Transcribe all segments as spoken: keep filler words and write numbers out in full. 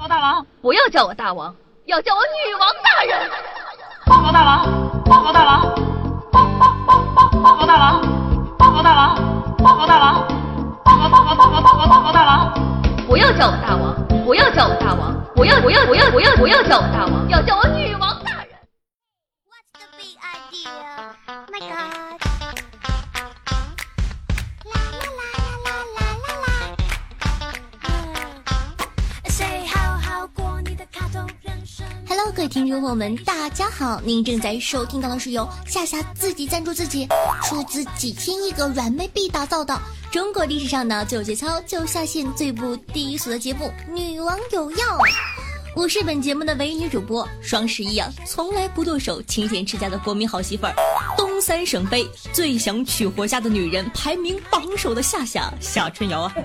报告大王， 不要叫我大王，要叫我女王大人。 报告大王，报告大王，报报报报报告大王，报告大王，报告大王，报告报告报告报告报告大王。 不要叫我大王，不要叫我大王，不要不要不要不要不要叫我大王，要叫我女王大人。 What's the big idea? My God. 啦啦啦啦啦啦啦啦。谁好好过你的卡通人生 Hello， 各位听众朋友们，大家好！您正在收听到的是由夏夏自己赞助自己，出资几千亿个软妹币打造的中国历史上的最有节操、最有下限、最不低俗的节目《女王有药》。我是本节目的唯一女主播，双十一啊，从来不剁手、勤俭持家的国民好媳妇儿，东三省杯最想娶回家的女人排名榜首的夏夏夏春瑶啊。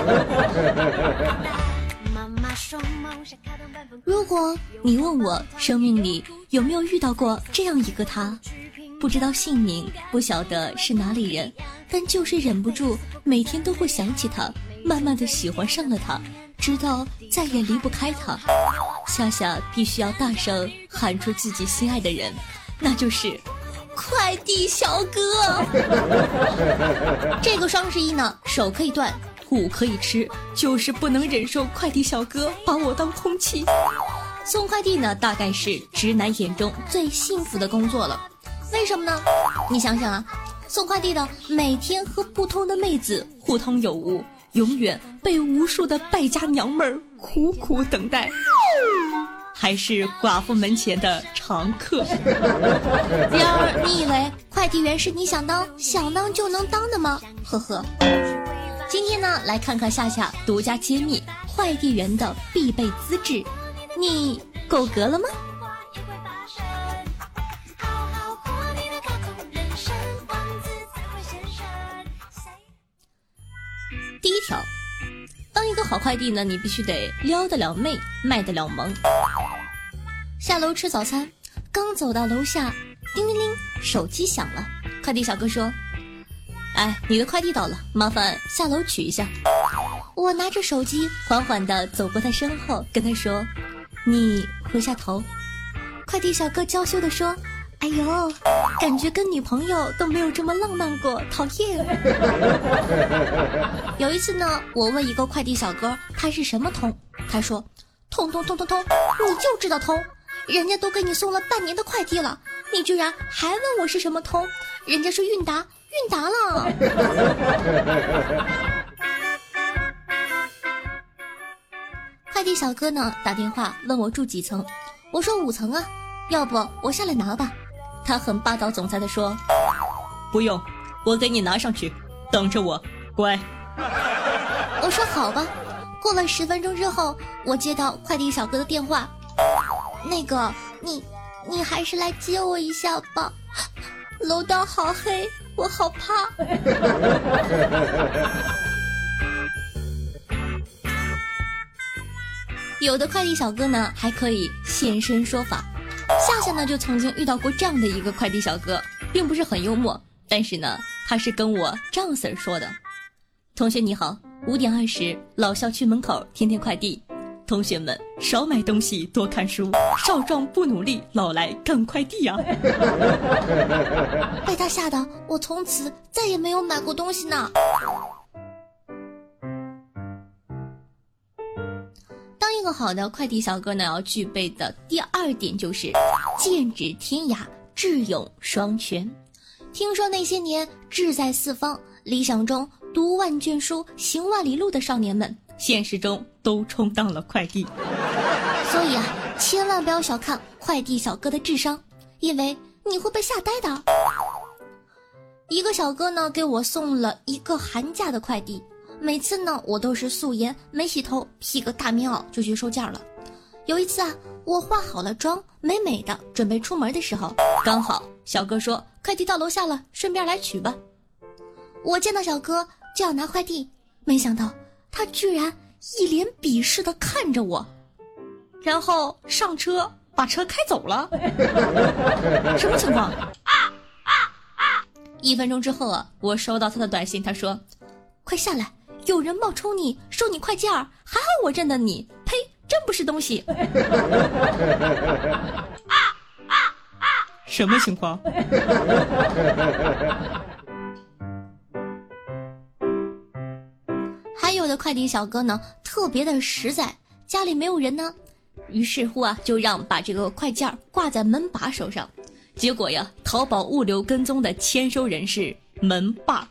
如果你问我生命里有没有遇到过这样一个他，不知道姓名，不晓得是哪里人，但就是忍不住每天都会想起他，慢慢的喜欢上了他，直到再也离不开他，夏夏必须要大声喊出自己心爱的人，那就是快递小哥。这个双十一呢，手可以断，土可以吃，就是不能忍受快递小哥把我当空气。送快递呢，大概是直男眼中最幸福的工作了。为什么呢？你想想啊，送快递的每天和不同的妹子互通有无，永远被无数的败家娘们儿苦苦等待，还是寡妇门前的常客。第二，你以为快递员是你想当想当就能当的吗？呵呵。今天呢，来看看夏夏独家揭秘快递员的必备资质，你够格了吗？第一条，当一个好快递呢，你必须得撩得了妹，卖得了萌。下楼吃早餐，刚走到楼下，叮铃铃，手机响了。快递小哥说：哎，你的快递到了，麻烦下楼取一下。我拿着手机缓缓地走过他身后，跟他说：你回下头。快递小哥娇羞地说：哎呦，感觉跟女朋友都没有这么浪漫过，讨厌。有一次呢，我问一个快递小哥他是什么通，他说：通通通通通，你就知道通，人家都给你送了半年的快递了，你居然还问我是什么通，人家是韵达，韵达了。快递小哥呢打电话问我住几层，我说五层啊，要不我下来拿吧。他很霸道总裁的说：不用，我给你拿上去，等着我，乖。我说好吧。过了十分钟之后，我接到快递小哥的电话，那个你你还是来接我一下吧，楼道好黑，我好怕。有的快递小哥呢还可以现身说法，夏夏呢就曾经遇到过这样的一个快递小哥，并不是很幽默，但是呢他是跟我张 Sir 说的：同学你好，五点二十老校区门口天天快递，同学们少买东西多看书，少壮不努力，老来干快递啊。被他吓得我从此再也没有买过东西呢。当一个好的快递小哥呢，要具备的第二点就是剑指天涯，智勇双全。听说那些年志在四方，理想中读万卷书行万里路的少年们，现实中都充当了快递。所以啊，千万不要小看快递小哥的智商，因为你会被吓呆的。一个小哥呢给我送了一个寒假的快递，每次呢我都是素颜没洗头，披个大棉袄就去收件了。有一次啊，我化好了妆，美美的准备出门的时候，刚好小哥说快递到楼下了，顺便来取吧。我见到小哥就要拿快递，没想到他居然一脸鄙视地看着我，然后上车把车开走了。什么情况？一分钟之后啊，我收到他的短信，他说：快下来，有人冒充你收你快件儿，还好我认得你，呸， 真不是东西。什么情况？还有的快递小哥呢，特别的实在，家里没有人呢，于是乎啊，就让把这个快件挂在门把手上。结果呀，淘宝物流跟踪的签收人是门把。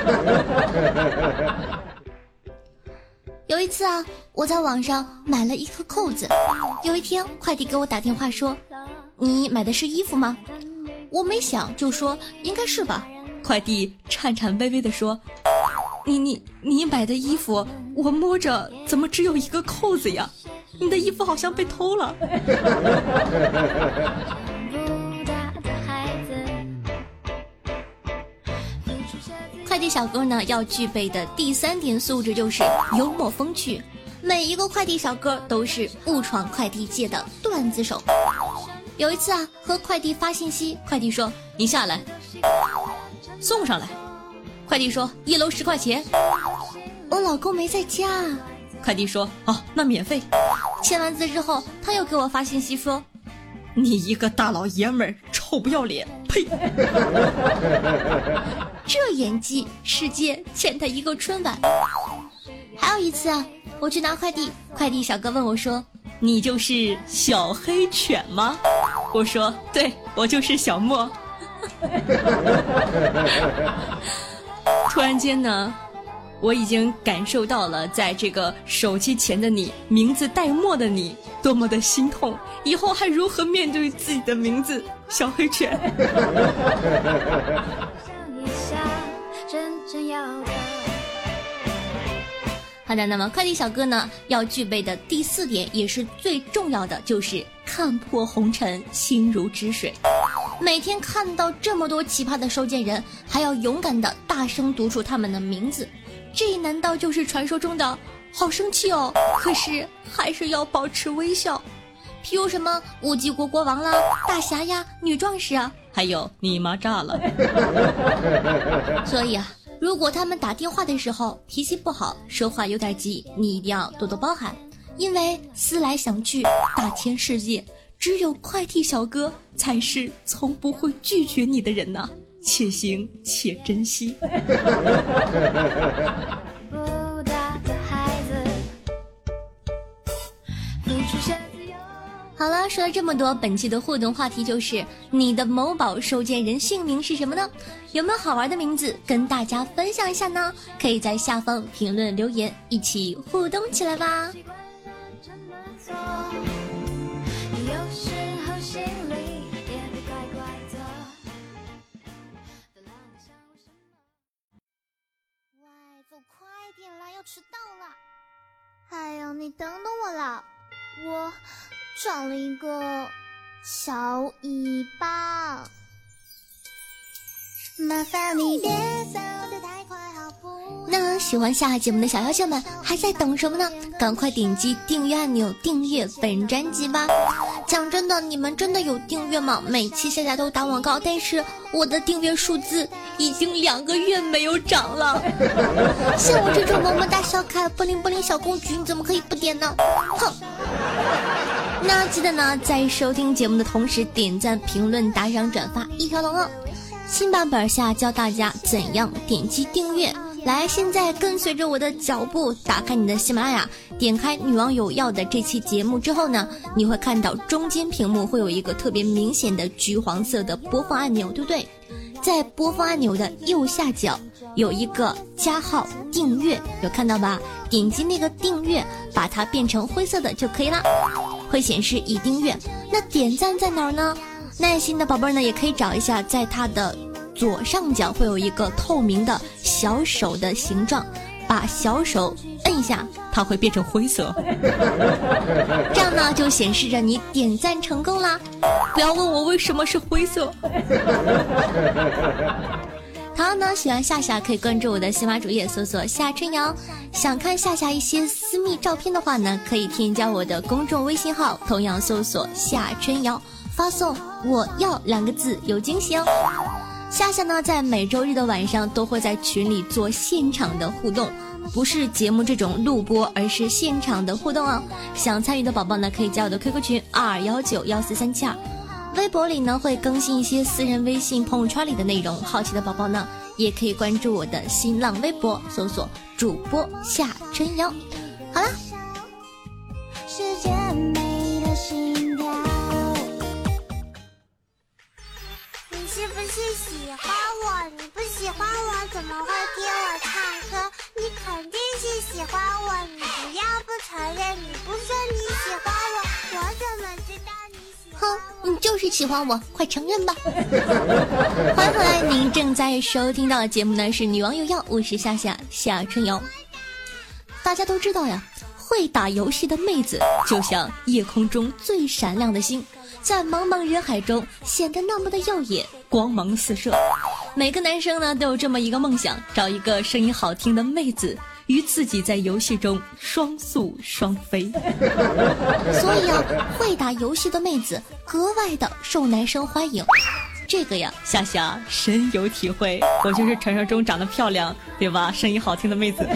有一次啊，我在网上买了一颗扣子，有一天快递给我打电话说，你买的是衣服吗？我没想就说应该是吧。快递颤颤巍巍地说，你你你买的衣服我摸着怎么只有一个扣子呀？你的衣服好像被偷了。快递小哥呢，要具备的第三点素质就是幽默风趣。每一个快递小哥都是误闯快递界的段子手。有一次啊，和快递发信息，快递说你下来送上来，快递说一楼十块钱，我老公没在家，快递说哦，那免费。签完字之后，他又给我发信息说，你一个大老爷们儿，臭不要脸，呸！这演技，世界欠他一个春晚。还有一次啊，我去拿快递，快递小哥问我说，你就是小黑犬吗？我说对，我就是小莫。突然间呢，我已经感受到了在这个手机前的你，名字带墨的你多么的心痛，以后还如何面对自己的名字小黑犬。好的，那么快递小哥呢，要具备的第四点也是最重要的，就是看破红尘，心如止水。每天看到这么多奇葩的收件人，还要勇敢的大声读出他们的名字，这难道就是传说中的好生气哦？可是还是要保持微笑。譬如什么五帝国国王啦、大侠呀、女壮士啊，还有你妈炸了。所以啊，如果他们打电话的时候脾气不好，说话有点急，你一定要多多包涵，因为思来想去，大千世界只有快递小哥才是从不会拒绝你的人呐，且行且珍惜。好了，说了这么多，本期的互动话题就是你的某宝收件人姓名是什么呢？有没有好玩的名字跟大家分享一下呢？可以在下方评论留言，一起互动起来吧。 喂，走快点啦，要迟到了。哎呀，你等等我啦，我长了一个小尾巴，麻烦你别走得太快好不好？ 那喜欢下节目的小妖精们还在等什么呢？赶快点击订阅按钮，订阅本专辑吧。讲真的，你们真的有订阅吗？每期下下都打广告，但是我的订阅数字已经两个月没有涨了。像我这种萌萌哒小可爱、不灵不灵小公举，你怎么可以不点呢？哼！那记得呢，在收听节目的同时点赞、评论、打赏、转发一条龙哦。新版本下教大家怎样点击订阅。来，现在跟随着我的脚步，打开你的喜马拉雅，点开女网有药的这期节目之后呢，你会看到中间屏幕会有一个特别明显的橘黄色的播放按钮，对不对？在播放按钮的右下角有一个加号订阅，有看到吧？点击那个订阅，把它变成灰色的就可以了，会显示已订阅。那点赞在哪儿呢？耐心的宝贝儿呢，也可以找一下，在它的左上角会有一个透明的小手的形状，把小手摁一下，它会变成灰色，这样呢就显示着你点赞成功啦。不要问我为什么是灰色。同样呢，喜欢夏夏可以关注我的喜马主页，搜索夏春瑶。想看夏夏一些私密照片的话呢，可以添加我的公众微信号，同样搜索夏春瑶，发送我要两个字有惊喜哦。 夏夏呢，在每周日的晚上都会在群里做现场的互动，不是节目这种录播，而是现场的互动哦。想参与的宝宝呢，可以加我的 Q Q 群二二一九一四三七二。微博里呢会更新一些私人微信朋友圈里的内容，好奇的宝宝呢也可以关注我的新浪微博，搜索主播夏春瑶。好啦， 世界美的心跳，你是不是喜欢我？你不喜欢我怎么会听我唱歌？你肯定是喜欢我，你不要不承认，你不说你喜欢我，我怎么知道你喜欢我？ 哼，你就是喜欢我，快承认吧。欢迎回来，您正在收听到的节目呢是女王有药，我是夏夏夏春瑶。大家都知道呀，会打游戏的妹子就像夜空中最闪亮的星，在茫茫人海中显得那么的耀眼，光芒四射。每个男生呢都有这么一个梦想，找一个声音好听的妹子，与自己在游戏中双宿双飞。所以啊，会打游戏的妹子格外的受男生欢迎。这个呀，夏夏深有体会，我就是传说中长得漂亮，对吧？声音好听的妹子。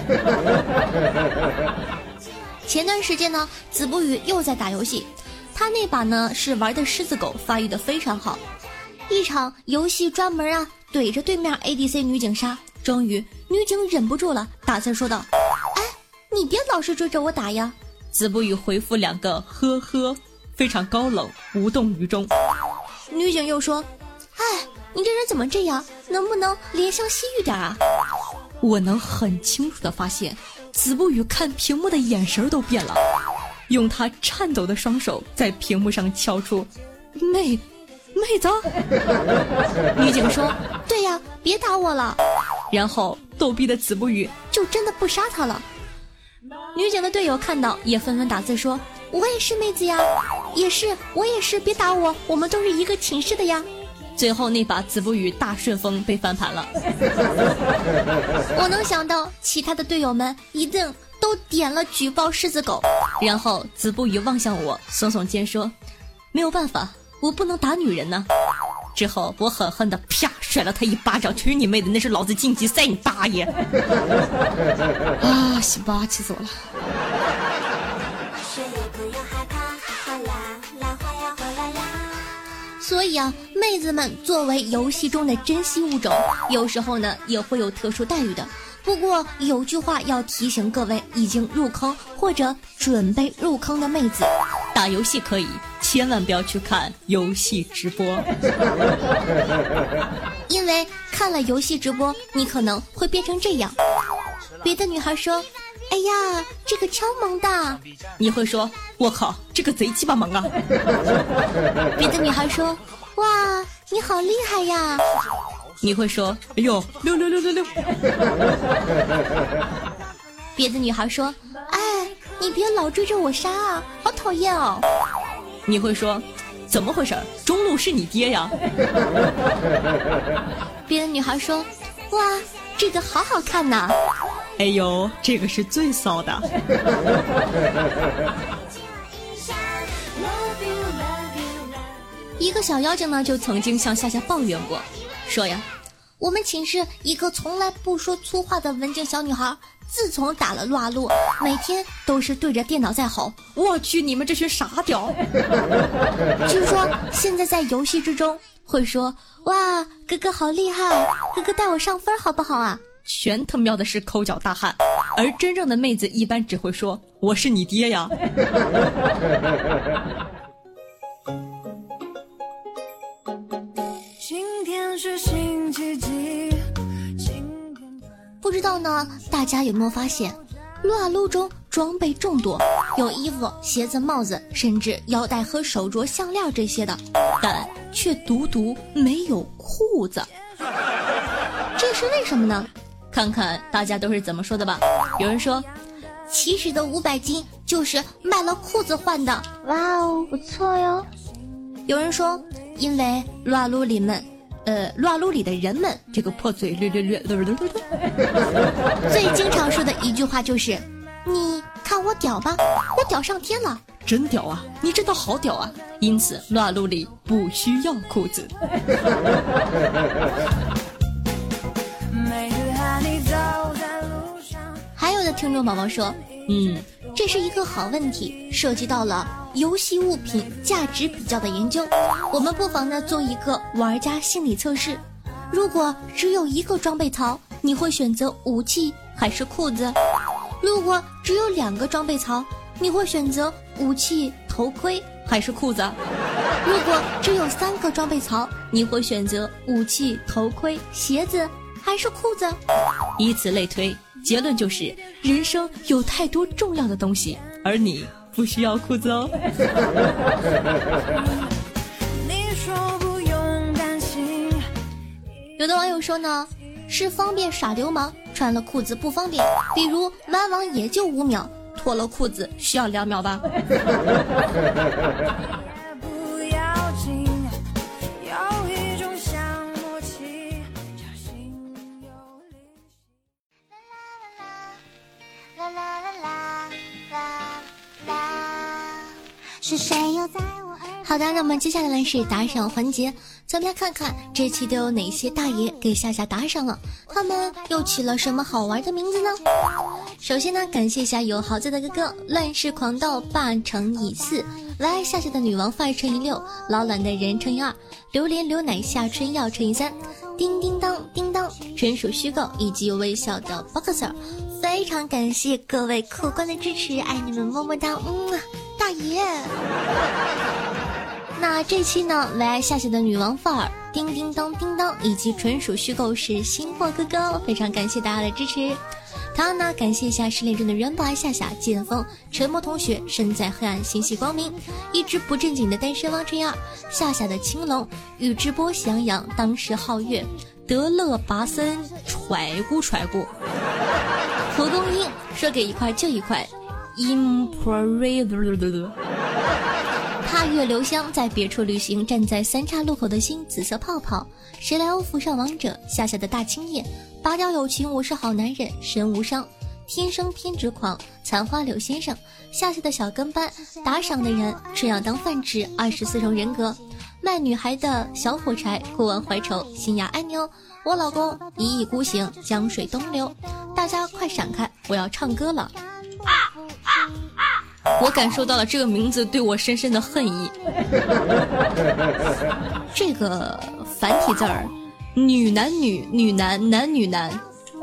前段时间呢，子不语又在打游戏，他那把呢是玩的狮子狗，发育的非常好。一场游戏专门啊怼着对面 A D C 女警杀，终于女警忍不住了，大声说道：“哎，你别老是追着我打呀！”子不语回复两个呵呵，非常高冷，无动于衷。女警又说：“哎，你这人怎么这样？能不能怜香惜玉点啊？”我能很清楚地发现，子不语看屏幕的眼神都变了，用他颤抖的双手在屏幕上敲出“妹，妹子。”女警说：“对呀，别打我了。”然后逗逼的子不语就真的不杀他了。女警的队友看到也纷纷打字说：“我也是妹子呀，也是，我也是，别打我，我们都是一个寝室的呀。”最后那把子不语大顺风被翻盘了。我能想到其他的队友们一定都点了举报狮子狗，然后子不语望向我，耸耸肩说：“没有办法，我不能打女人呢。”之后我狠狠的啪甩了他一巴掌，去你妹的，那是老子晋级赛你大爷！啊，西巴，气死我了。所以啊，妹子们作为游戏中的珍稀物种，有时候呢也会有特殊待遇的。不过有句话要提醒各位已经入坑或者准备入坑的妹子，打游戏可以，千万不要去看游戏直播。因为看了游戏直播，你可能会变成这样。别的女孩说：“哎呀，这个超萌的。”你会说：“我靠，这个贼鸡巴萌啊。”别的女孩说：“哇，你好厉害呀。”你会说：“哎呦，六六六六六。”别的女孩说：“哎，你别老追着我杀啊，好讨厌哦。”你会说：“怎么回事？中路是你爹呀。”别的女孩说：“哇，这个好好看呐。”哎呦，这个是最骚的。一个小妖精呢，就曾经向夏夏抱怨过，说呀，我们寝室一个从来不说粗话的文静小女孩，自从打了撸啊撸，每天都是对着电脑在吼：“我去，你们这群傻屌！”据说现在在游戏之中会说：“哇，哥哥好厉害，哥哥带我上分好不好啊？”全他喵的是抠脚大汉，而真正的妹子一般只会说：“我是你爹呀。”不知道呢，大家有没有发现，撸啊撸中装备众多，有衣服、鞋子、帽子，甚至腰带和手镯、项链这些的，但却独独没有裤子。这是为什么呢？看看大家都是怎么说的吧。有人说，起始的五百金就是卖了裤子换的。 哇哦，不错哟。 有人说，因为撸啊撸里面呃，撸啊撸里的人们，这个破嘴略略略略略略，最经常说的一句话就是：“你看我屌吧，我屌上天了。” 真屌啊，你真的好屌啊，因此撸啊撸里不需要裤子。还有的听众宝宝说，嗯，这是一个好问题，涉及到了游戏物品价值比较的研究。我们不妨呢做一个玩家心理测试，如果只有一个装备槽，你会选择武器还是裤子？如果只有两个装备槽，你会选择武器、头盔还是裤子？如果只有三个装备槽，你会选择武器、头盔、鞋子还是裤子？以此类推，结论就是人生有太多重要的东西，而你不需要裤子哦。有的网友说呢，是方便耍流氓，穿了裤子不方便，比如弯网也就五秒，脱了裤子需要两秒吧。 是谁又在我好的，那么接下来呢是打赏环节，咱们来看看这期都有哪些大爷给夏夏打赏了，他们又起了什么好玩的名字呢？首先呢，感谢一下有豪子的哥哥乱世狂斗霸乘以四，唯爱夏夏的女王范儿乘以六，老懒的人乘以二，榴莲刘奶夏春药乘以三，叮叮当叮当纯属虚构，以及有微笑的 Boxer， 非常感谢各位客官的支持，爱你们么么哒，嗯，大爷。那这期呢，唯爱夏夏的女王范儿叮叮当叮当以及纯属虚构是新货哥哥，非常感谢大家的支持。同样呢，感谢一下失恋中的元宝爱夏夏、剑锋、沉默同学、身在黑暗心系光明、一直不正经的单身汪晨耀、夏夏的青龙、与直播喜羊羊、当时皓月、德勒拔森、揣咕揣咕、蒲公英说给一块就一块、Imperator。踏月留香，在别处旅行，站在三岔路口的心，紫色泡泡，谁来欧服上王者，夏夏的大青叶，拔掉友情，我是好男人，身无伤，天生偏执狂，残花柳先生，夏夏的小跟班，打赏的人这样当饭吃，二十四种人格，卖女孩的小火柴，过完怀愁，新雅爱妞，我老公一意孤行，江水东流，大家快闪开，我要唱歌了。啊啊啊我感受到了这个名字对我深深的恨意。这个繁体字儿，女男女，女男男女男。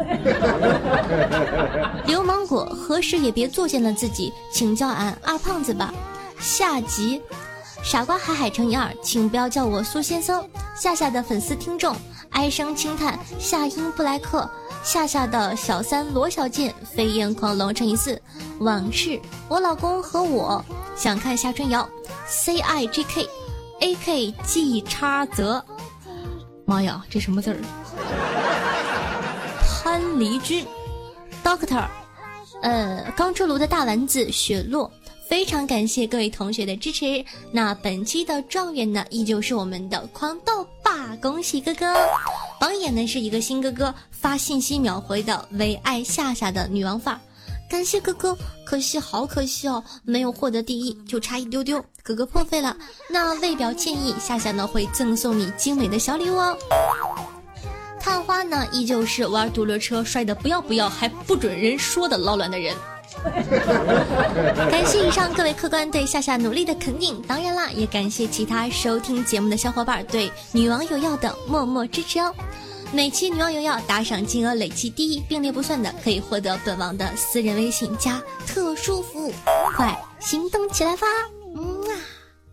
流氓果何时也别作践了自己，请叫俺二胖子吧。下集傻瓜海海乘以二，请不要叫我苏先生。夏夏的粉丝听众哀声轻叹，夏音布莱克，夏夏的小三罗小健，飞燕狂龙乘以四，往事，我老公和我想看夏春瑶 C I G K A K G 叉泽，妈呀，这什么字儿？潘黎君 Doctor 呃，刚出炉的大丸子雪落，非常感谢各位同学的支持。那本期的状元呢，依旧是我们的狂斗霸，恭喜哥哥。榜眼呢是一个新哥哥发信息秒回的唯爱夏夏的女王范儿，感谢哥哥，可惜好可惜哦，没有获得第一，就差一丢丢，哥哥破费了。那为表歉意，夏夏呢会赠送你精美的小礼物哦。探花呢依旧是玩独轮车摔得不要不要还不准人说的老卵的人。感谢以上各位客官对夏夏努力的肯定，当然啦，也感谢其他收听节目的小伙伴对女王有药的默默支持哦。每期女王有药打赏金额累计第一并列不算的，可以获得本王的私人微信加特殊服务，快行动起来吧！嗯啊。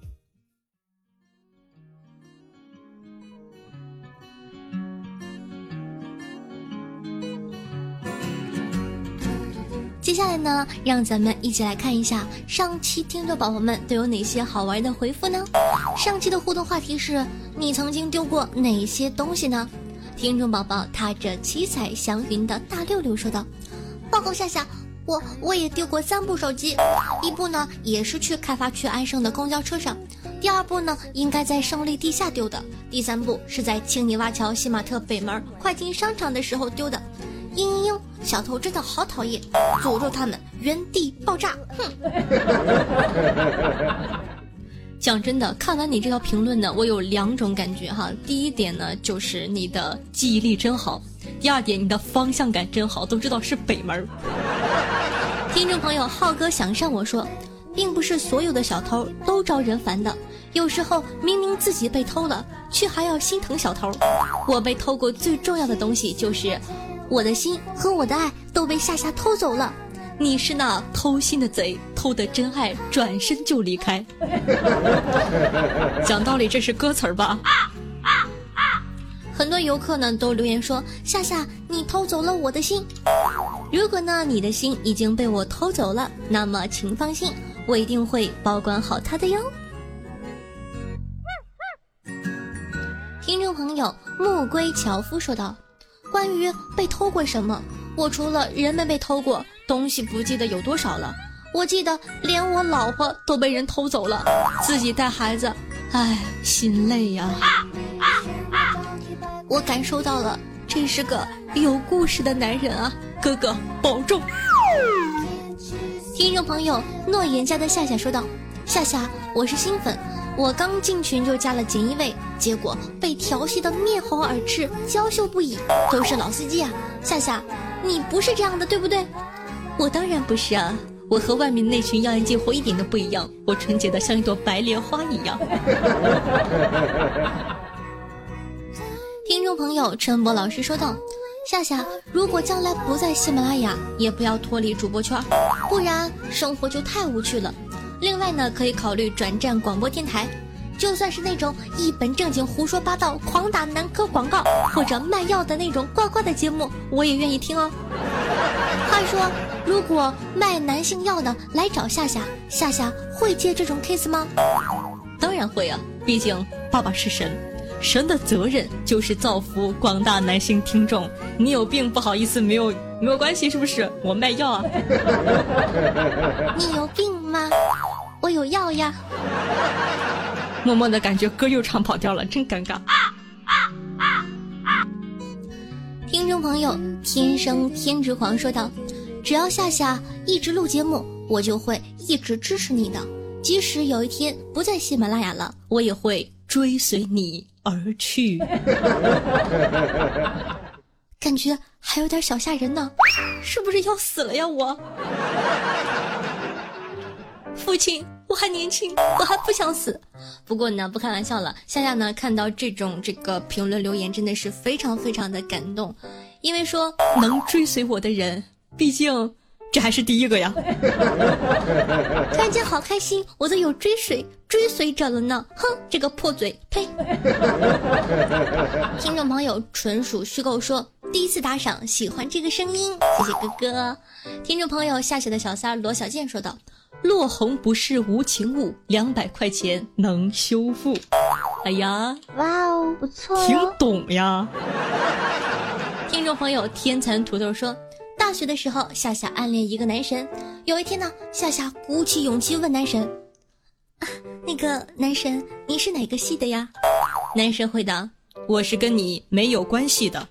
接下来呢，让咱们一起来看一下上期听众宝宝们都有哪些好玩的回复呢？上期的互动话题是你曾经丢过哪些东西呢？听众宝宝踏着七彩祥云的大六六说道：报告夏夏，我我也丢过三部手机，一部呢也是去开发区安盛的公交车上，第二部呢应该在胜利地下丢的，第三部是在青泥洼桥西马特北门快进商场的时候丢的。嘤嘤嘤，小偷真的好讨厌，诅咒他们原地爆炸！哼。 讲真的，看完你这条评论呢，我有两种感觉哈。第一点呢，就是你的记忆力真好；第二点，你的方向感真好，都知道是北门。听众朋友浩哥想上我说，并不是所有的小偷都招人烦的，有时候明明自己被偷了，却还要心疼小偷。我被偷过最重要的东西就是我的心和我的爱都被夏夏偷走了。你是那偷心的贼，偷的真爱转身就离开。讲道理，这是歌词儿吧？很多游客呢都留言说，夏夏你偷走了我的心。如果呢你的心已经被我偷走了，那么请放心，我一定会保管好它的哟。听众朋友木龟樵夫说道，关于被偷过什么，我除了人没被偷过，东西不记得有多少了。我记得连我老婆都被人偷走了，自己带孩子，唉，心累呀。我感受到了，这是个有故事的男人啊，哥哥保重。听众朋友诺言家的夏夏说道，夏夏我是新粉，我刚进群就加了锦衣卫，结果被调戏得面红耳赤，娇羞不已，都是老司机啊。夏夏你不是这样的对不对？我当然不是啊，我和外面那群妖艳贱货一点都不一样，我纯洁的像一朵白莲花一样。听众朋友陈博老师说道，夏夏如果将来不在喜马拉雅，也不要脱离主播圈，不然生活就太无趣了。另外呢，可以考虑转战广播电台，就算是那种一本正经胡说八道狂打男科广告或者卖药的那种怪怪的节目，我也愿意听哦。话说如果卖男性药的来找夏夏，夏夏会接这种 case 吗？当然会啊，毕竟爸爸是神，神的责任就是造福广大男性听众。你有病不好意思，没有没有关系，是不是？我卖药啊。你有病吗？我有药呀。默默的感觉歌又唱跑调了，真尴尬。听众朋友天生天之狂说道，只要夏夏一直录节目，我就会一直支持你的，即使有一天不在喜马拉雅了，我也会追随你而去。感觉还有点小吓人呢，是不是要死了呀我？父亲，我还年轻，我还不想死。不过呢，不开玩笑了，夏夏呢看到这种这个评论留言真的是非常非常的感动，因为说能追随我的人，毕竟这还是第一个呀。突然间好开心，我都有追随追随者了呢。哼，这个破嘴，呸！听众朋友纯属虚构说，第一次打赏，喜欢这个声音，谢谢哥哥。听众朋友夏夏的小三罗小健说道，落红不是无情物，两百块钱能修复。哎呀， 哇哦，不错挺懂呀。听众朋友天蚕土豆说，大学的时候夏夏暗恋一个男神，有一天呢，夏夏鼓起勇气问男神、啊、那个男神你是哪个系的呀？男神回答，我是跟你没有关系的。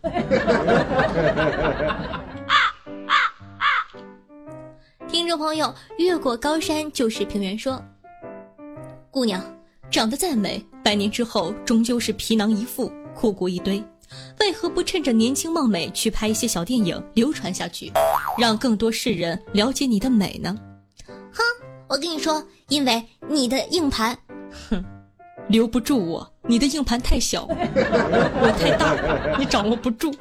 听众朋友越过高山就是平原说，姑娘长得再美，百年之后终究是皮囊一副，枯骨一堆，为何不趁着年轻貌美去拍一些小电影流传下去，让更多世人了解你的美呢？哼，我跟你说，因为你的硬盘，哼，留不住我，你的硬盘太小，我太大，你掌握不住。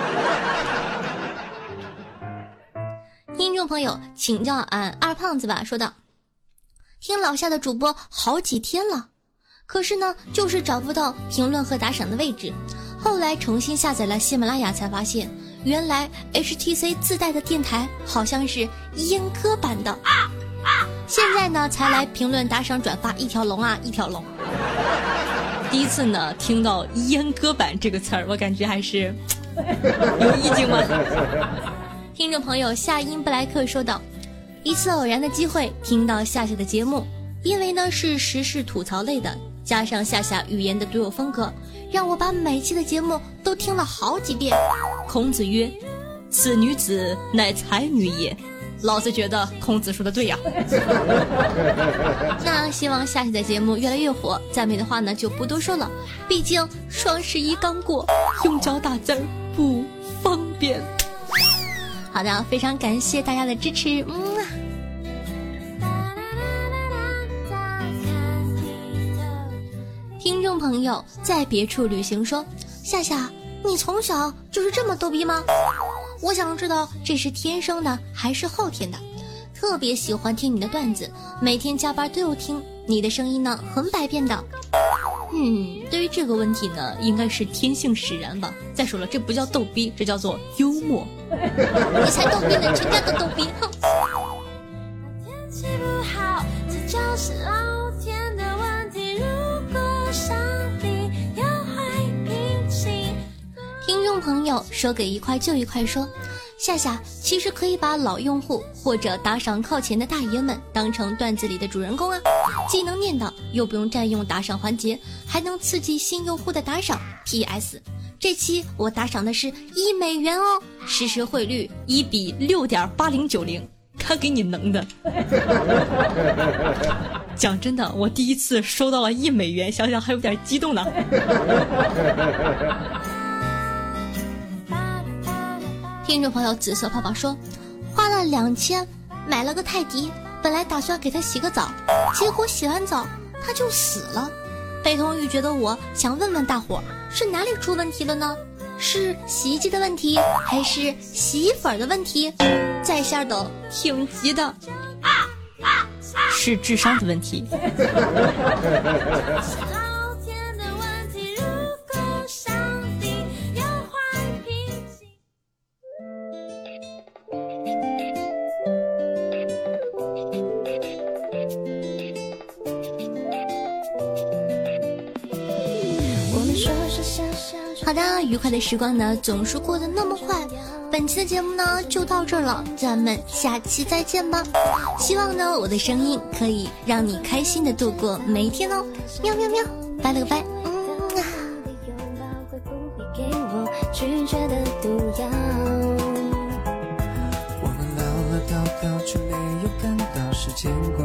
听众朋友请叫俺二胖子吧，说道，听老夏的主播好几天了，可是呢就是找不到评论和打赏的位置，后来重新下载了喜马拉雅才发现，原来 H T C 自带的电台好像是阉割版的，现在呢才来评论打赏转发，一条龙啊一条龙。第一次呢听到阉割版这个词儿，我感觉还是有意境吗？听众朋友夏因布莱克说道，一次偶然的机会听到夏夏的节目，因为呢是时事吐槽类的，加上夏夏语言的独有风格，让我把每期的节目都听了好几遍。孔子曰，此女子乃才女也， 老子觉得孔子说的对呀。那希望下期的节目越来越火，赞美的话呢就不多说了，毕竟双十一刚过，用脚打字儿不方便。好的，非常感谢大家的支持，嗯啊。听众朋友在别处旅行说，夏夏，你从小就是这么逗逼吗？我想知道这是天生的还是后天的。特别喜欢听你的段子，每天加班都有听，你的声音呢很百变的。嗯，对于这个问题呢，应该是天性使然吧。再说了，这不叫逗逼，这叫做幽默。你才逗逼呢，全家都逗逼，哼。天气不好，这就是老天的问题。如果上帝要坏脾气。听众朋友说给一块就一块说，夏夏其实可以把老用户或者打赏靠前的大爷们当成段子里的主人公啊，既能念叨又不用占用打赏环节，还能刺激新用户的打赏。 P S 这期我打赏的是一美元哦，实时汇率一比六点八零九零，看给你能的。讲真的，我第一次收到了一美元，想想还有点激动呢。听众朋友紫色泡泡说，花了两千买了个泰迪，本来打算给他洗个澡，结果洗完澡他就死了。北童宇觉得我想问问大伙，是哪里出问题了呢？是洗衣机的问题，还是洗衣粉的问题？在线的挺急的，啊啊、是智商的问题。好的，愉快的时光呢总是过得那么快，本期的节目呢就到这儿了，咱们下期再见吧。希望呢我的声音可以让你开心的度过每一天哦，喵喵喵，拜了个拜。嗯啊， 我们老了祷告却没有看到时间过